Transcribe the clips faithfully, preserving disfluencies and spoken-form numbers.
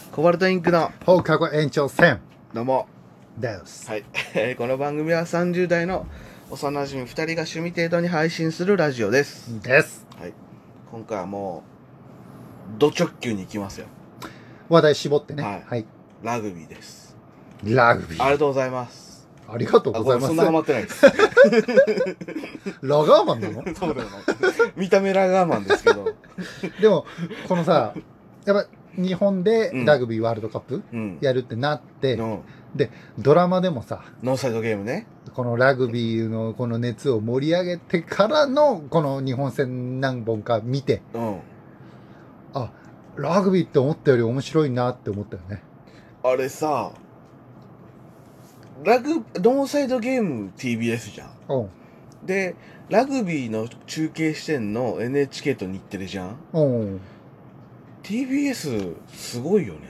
コバルトインクの放課後延長戦どうもです。 はい、えーこの番組はさんじゅう代の幼馴染ふたりが趣味程度に配信するラジオです。 です。 はい、今回はもうド直球に行きますよ。 話題絞ってね。 はいはい。 ラグビーです。 ラグビー。 ありがとうございます。 ありがとうございます。 そんなハマってないです。 ラガーマンなの？ そうでもない。見た目ラガーマンですけど。 でもこのさ、やっぱ日本でうんラグビーワールドカップうん。 やるってなって、 のでドラマでもさ、 ノーサイドゲームね。 このラグビーのこの熱を盛り上げてからのこの日本戦何本か見て、 うん。 あ、ラグビーって思ったより面白いなって思ったよね。 あれさ、ラグノーサイドゲーム ティービーエス じゃん。 うん。 でラグビーの中継してんの エヌエイチケー と日テレじゃん。 うん。 ティービーエス すごいよね。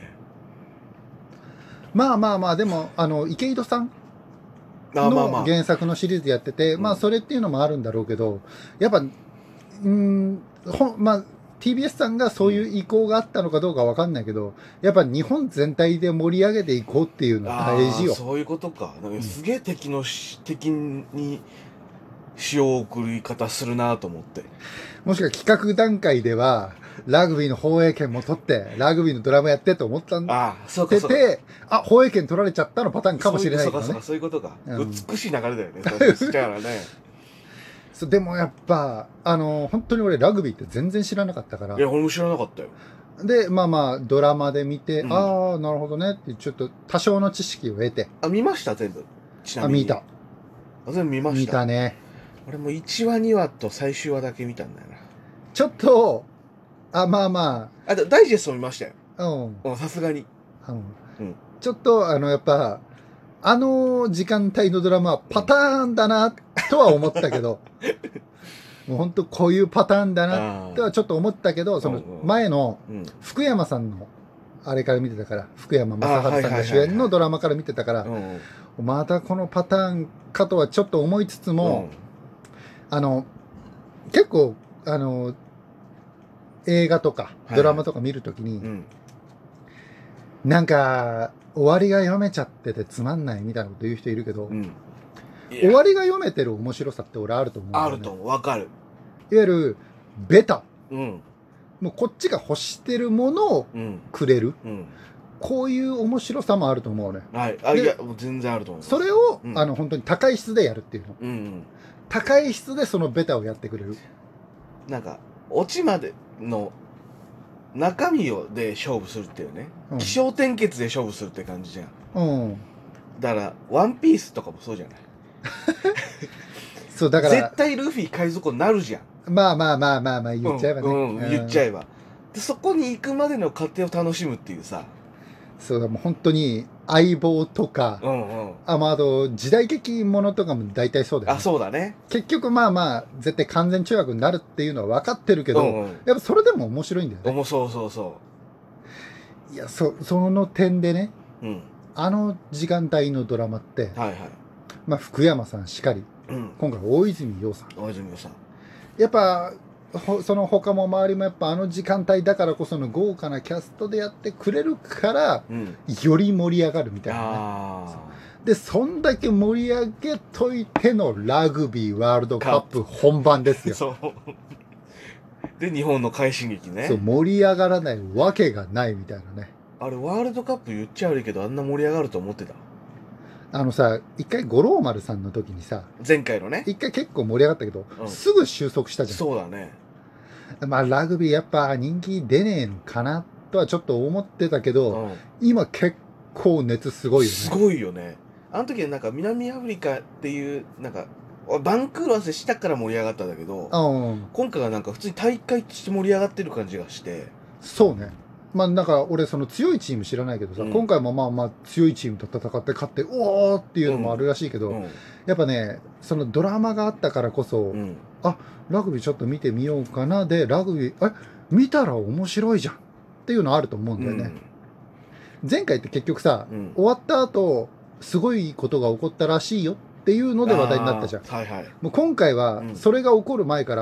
まあまあまあ、でもあの池井戸さんあまあまあの原作のシリーズやってて、 うんまあそれっていうのもあるんだろうけど、やっぱうーんほまあ ティービーエス さんがそういう意向があったのかどうかわかんないけど、やっぱ日本全体で盛り上げていこうっていうのは大事よ。 あーそういうことか。なんかすげえ敵のし、敵に塩を送り方するなと思って。 もしくは企画段階ではラグビーの放映権も取ってラグビーのドラマやってと思ったんでああそうかそうか。 て、あ、放映権取られちゃったのパターンかもしれないけどねそうかそうか。そういうことか。 うん美しい流れだよね。そうしちゃうからね。 そうでもやっぱあの本当に俺ラグビーって全然知らなかったからい、や俺も知らなかったよ。 でまあまあドラマで見て、 うんああなるほどねってちょっと多少の知識を得て、 あ見ました全部。ちなみに。 あ見たあ全部見ました。 見たね。 俺もいちわにわと最終話だけ見たんだよな。 ちょっとあまあまあとダイジェスト見ましたよ。 あうんうんさすがに。 あの、 うんちょっとあのやっぱあの時間帯のドラマはパターンだなとは思ったけどもうほんとこういうパターンだなとはちょっと思ったけど、その前のうん福山さんのあれから見てたから、福山雅治さんが主あはいはいはいはい演のドラマから見てたから、 うんまたこのパターンかとはちょっと思いつつも、あの結構あの映画とかドラマとか見るときに、 うんうんなんか終わりが読めちゃっててつまんないみたいなこと言う人いるけど、 うん終わりが読めてる面白さって俺あると思うんだよね。 あると思う。わかる。 いわゆるベタ、 うんもうこっちが欲してるものをうんくれる、 うんこういう面白さもあると思うね。 はい。あでいやもう全然あると思う。 それを、 うんあの本当に高い質でやるっていうの、 うんうん高い質でそのベタをやってくれる。 なんかオチまでの中身をで勝負するっていうね。 うん起承転結で勝負するって感じじゃん。 うん、 だからワンピースとかもそうじゃない。 そうだから絶対ルフィ海賊になるじゃん。 まあまあまあまあまあ言っちゃえばね、 うんうん、言っちゃええば。でそこに行くまでの過程を楽しむっていうさ。 そうだ、もう本当に相棒とか、 うんうん。 あまあ、あと時代劇ものとかも大体そうだよね。 あそうだね。 結局まあまあ絶対完全懲悪になるっていうのは分かってるけど、 うんうんやっぱそれでも面白いんだよね。 面白そうそいや、そその点でね、 う。うん。 あの時間帯のドラマって、 はいはい。 まあ、福山さんしかり、 うん。 今回大泉洋さん、 大泉さん。 やっぱほその他も周りもやっぱあの時間帯だからこその豪華なキャストでやってくれるからうん。 より盛り上がるみたいなね。 あでそんだけ盛り上げといてのラグビーワールドカップ本番ですあ。 よ。 そう。で日本の快進撃ね。 そう盛り上がらないわけがないみたいなね。 あれワールドカップ言っちゃ悪いけどあんな盛り上がると思ってた。 あのさ、一回五郎丸さんの時にさ、 前回のね。 一回結構盛り上がったけど、 うんすぐ収束したじゃん。 そうだね。 まあラグビーやっぱ人気出ねえのかなとはちょっと思ってたけど、 うん。 今結構熱すごいよね。 すごいよね。あの時はなんか南アフリカっていうなんか番狂わせしたから盛り上がったんだけど、 うん、 今回はなんか普通に大会として盛り上がってる感じがして。 そうね。まあなんか俺その強いチーム知らないけどさ、 うん今回もまあまあ強いチームと戦って勝っておーっていうのもあるらしいけど、 うんやっぱねそのドラマがあったからこそ、 うん。 ラグビーちょっと見てみようかなでラグビーえ見たら面白いじゃんっていうのあると思うんだよね。前回って結局さ、 うん。 終わった後すごいことが起こったらしいよっていうので話題になったじゃん。 あーはいはい。 もう今回はうんそれが起こる前から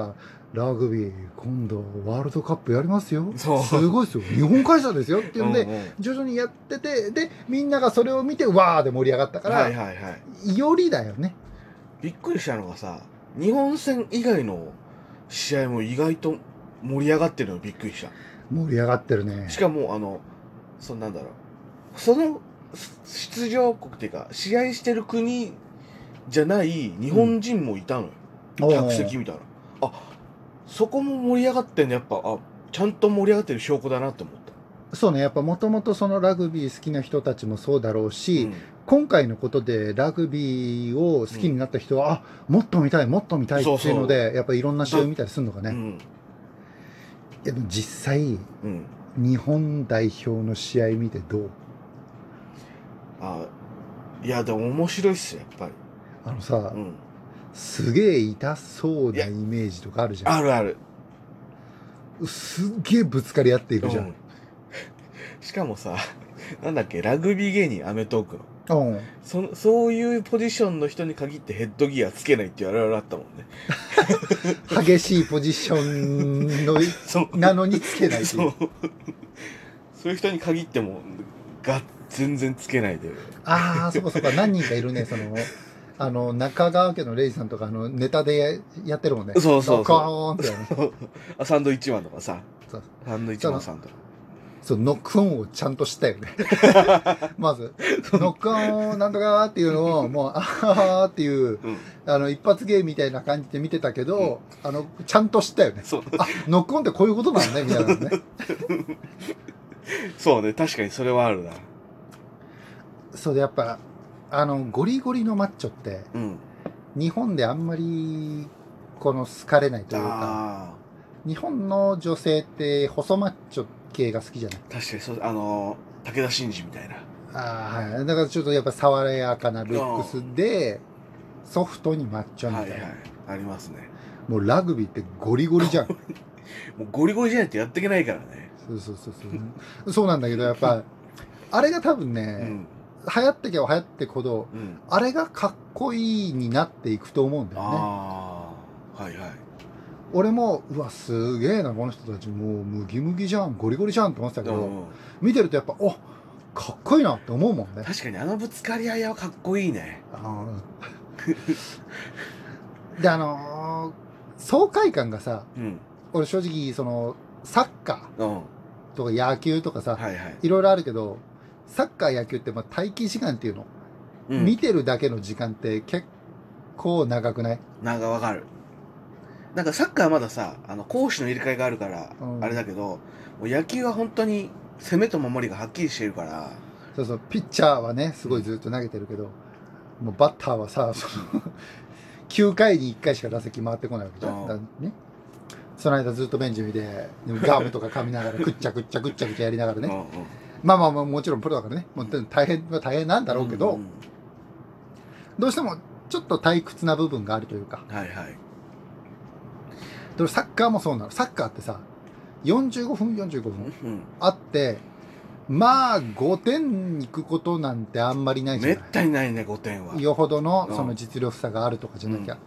ラグビー今度ワールドカップやりますよ、 そうすごいですよ、日本開催ですよっていうんで、 うんうん徐々にやってて、でみんながそれを見てわーで盛り上がったから、 はいはいはい。 よりだよね。 びっくりしたのがさ、日本戦以外の試合も意外と盛り上がってるのびっくりした。 盛り上がってるね。 しかもあのそなんだろう、その出場国っていうか試合してる国じゃない日本人もいたのよ、 おー客席見たら、あ、そこも盛り上がってんの、やっぱあちゃんと盛り上がってる証拠だなって思った。 そうね、やっぱもともとそのラグビー好きな人たちもそうだろうし、 うん今回のことでラグビーを好きになった人は、あ、もっと見たいもっと見たいっていうので、やっぱいろんな試合を見たりするのかね。 うんいやでも実際うん日本代表の試合見てどう？ あ、いやでも面白いっすよやっぱり。 あのさ、 うん、 すげえ痛そうなイメージとかあるじゃん。 あるある。 すっげえぶつかり合っていくじゃ。 うんんしかもさ、なんだっけ、ラグビー芸人アメトークのうん、 そそういうポジションの人に限ってヘッドギアつけないっていうあれあったもんね。 激しいポジションのそうなのにつけないっていそうう。そういう人に限ってもが全然つけないで。 ああ、そこそこ何人かいるね、そのあの中川家のレイさんとかあのネタでやってるもんね。 そうそうそうドコーンってやる。 あ、サンドイッチマンとかさ、 そうサンドイッチマンさんとか。 そうノックオンをちゃんと知ったよね。まずノックオンなんとかっていうのをもうあーっていううん、 あの一発芸みたいな感じで見てたけど、あのちゃんと知ったよね。 そうあ、ノックオンってこういうことなんねみたいなのね。 そうね、確かにそれはあるな。 そうでやっぱあのゴリゴリのマッチョってうん。 日本であんまりこの好かれないというか、 あ日本の女性って細マッチョ系が好きじゃない。 あ、確かにそう、あのー、武田真治みたいな。 あー、はい、だからちょっとやっぱ爽やかなルックスでソフトにマッチョみたいな、 はいはい、ありますね。 もうラグビーってゴリゴリじゃん。 もうゴリゴリじゃないとやっていけないからね。 そうそうそうそうそうなんだけどやっぱあれが多分ね、 うん。 流行ってけば流行ってくほどうん。 あれがかっこいいになっていくと思うんだよね。 ああ、はいはい。 俺もうわすげえなこの人たちもうムギムギじゃんゴリゴリじゃんって思ってたけど、 うん、 見てるとやっぱおかっこいいなって思うもんね。 確かにあのぶつかり合いはかっこいいね。 あーであのー爽快感がさ、 うん。 俺正直そのサッカうん。 ーとか野球とかさ、 はいはい。 いろいろあるけどサッカー野球ってまあ待機時間っていうの、 うん、 見てるだけの時間って結構長くない？ なんかわかる。なんかサッカーはまださ、あの攻守の入れ替えがあるから、 うんあれだけど、もう野球は本当に攻めと守りがはっきりしてるから。 そうそうピッチャーはねすごいずっと投げてるけど、もうバッターはさそのきゅうかいにいっかいしか打席回ってこないわけじゃん、 うんだね、その間ずっとベンチ見てでもガムとか噛みながらくっちゃくっちゃくっちゃくちゃやりながらね、 うんうん、 まあまあまあもちろんプロだからねもう大変は大変なんだろうけど、 うんうん、 どうしてもちょっと退屈な部分があるというか、 はいはい。 でサッカーもそうなの。サッカーってさよんじゅうごふんよんじゅうごふんうん、 あってまあごてんいくことなんてあんまりないじゃめっない。 たにないね、ごてんは。 よほどのうんその実力差があるとかじゃなきゃ、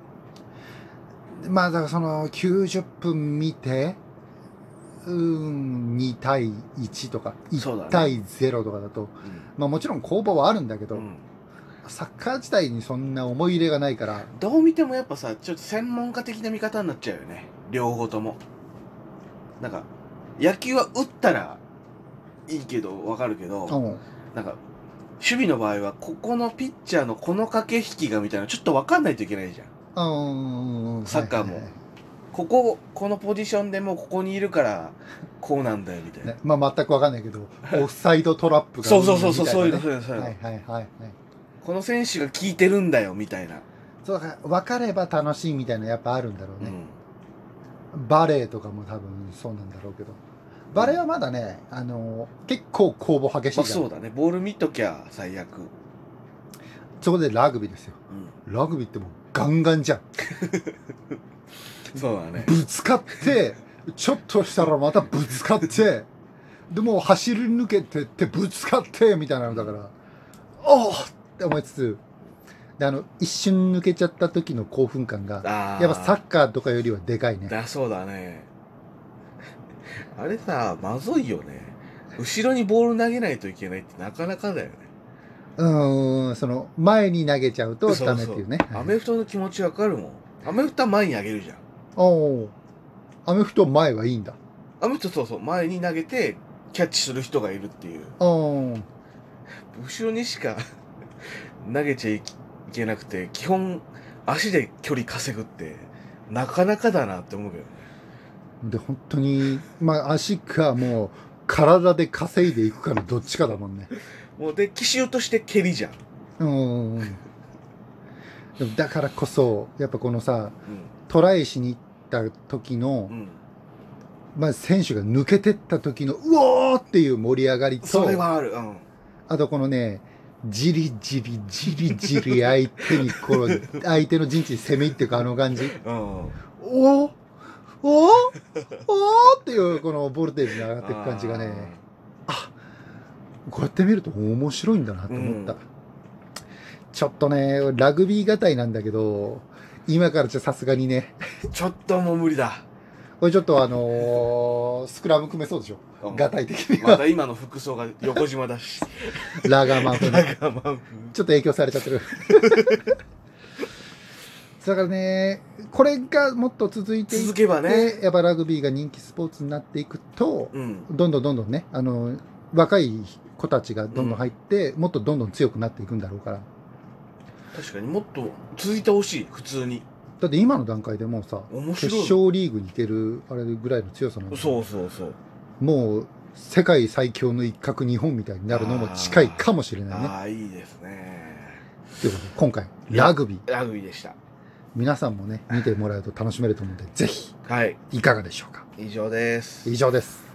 まあだからそのきゅうじゅっぷん見てうーんにたいいちとかそうだねいちたいゼロとかだと、まあもちろん攻防はあるんだけど、 うんうん、 サッカー自体にそんな思い入れがないからどう見てもやっぱさ、ちょっと専門家的な見方になっちゃうよね、両方とも。なんか野球は打ったらいいけどわかるけど、 うんなんか守備の場合はここのピッチャーのこの駆け引きがみたいなちょっと分かんないといけないじゃん。 うんサッカーもはいはいはいこここのポジションでもうここにいるからこうなんだよみたいな、 ね、まあ全く分かんないけどオフサイドトラップがそうそうそうそう、 みたそういうなねのそういうのそういうの、 はいはいはいはいこの選手が効いてるんだよみたいな、 そうだから分かれば楽しいみたいなやっぱあるんだろうね、 うん、 バレーとかも多分そうなんだろうけどバレーはまだね、あの結構攻防激しまあいじゃん、 そうだね、ボール見ときゃ最悪、 そこでラグビーですよ。ラグビーってもうガンガンじゃん。 うん、そうだね、 ぶつかってちょっとしたらまたぶつかってでもう走り抜けてってぶつかってみたいなのだからおおって思いつつであの一瞬抜けちゃった時の興奮感があーやっぱサッカーとかよりはでかいね。 だそうだね。あれさ、まずいよね。後ろにボール投げないといけないってなかなかだよね。 うーん、その前に投げちゃうとダメっていうね。 そうそうアメフトの気持ちわかるもん。アメフトは前に投げるじゃん。 おお、アメフト前はいいんだ。 アメフトそうそう、前に投げてキャッチする人がいるっていう。 おお、 後ろにしか投げちゃいけなくて、基本足で距離稼ぐってなかなかだなって思うけどね。 で本当にまあ足かもう体で稼いでいくかのどっちかだもんね。 もうで奇襲として蹴りじゃん。 うん。でもだからこそやっぱこのさうんトライしに行った時の、 うん。 まあ、選手が抜けてった時のうおーっていう盛り上がりと、 それはある。うん。 あとこのねじりじりじりじり相手にこの相手の陣地に攻め入っていくあの感じ、 うん。 おーおーおーっていうこのボルテージに上がっていく感じがね、あ、こうやって見ると面白いんだなと思った、 うんちょっとねラグビーがたいなんだけど今からじゃさすがにねちょっともう無理だ。 これちょっとあのースクラム組めそうでしょ、 うんがたい的にまはだ今の服装が横島だし。 ラガーマン風ラねガーマンちょっと影響されちゃってるだからねこれがもっと続いてい風。 って続けばね。 やっぱラグビーが人気スポーツになっていくと、 うん。 どんどんどんどんねあの若い子たちがどんどん入って、もっとどんどん強くなっていくんだろうから。 確かにもっと続いてほしい、普通に。 だって今の段階でもうさ決面白い。 勝リーグに行けるあれぐらいの強さなんだからそうそうそう。 もう世界最強の一角日本みたいになるのも近いかもしれないね。 ああ、いいですね。 ということで今回ラグビーラグビーでした。 皆さんもね見てもらえると楽しめると思うのでぜひはい。 いかがでしょうか。 以上です。 以上です。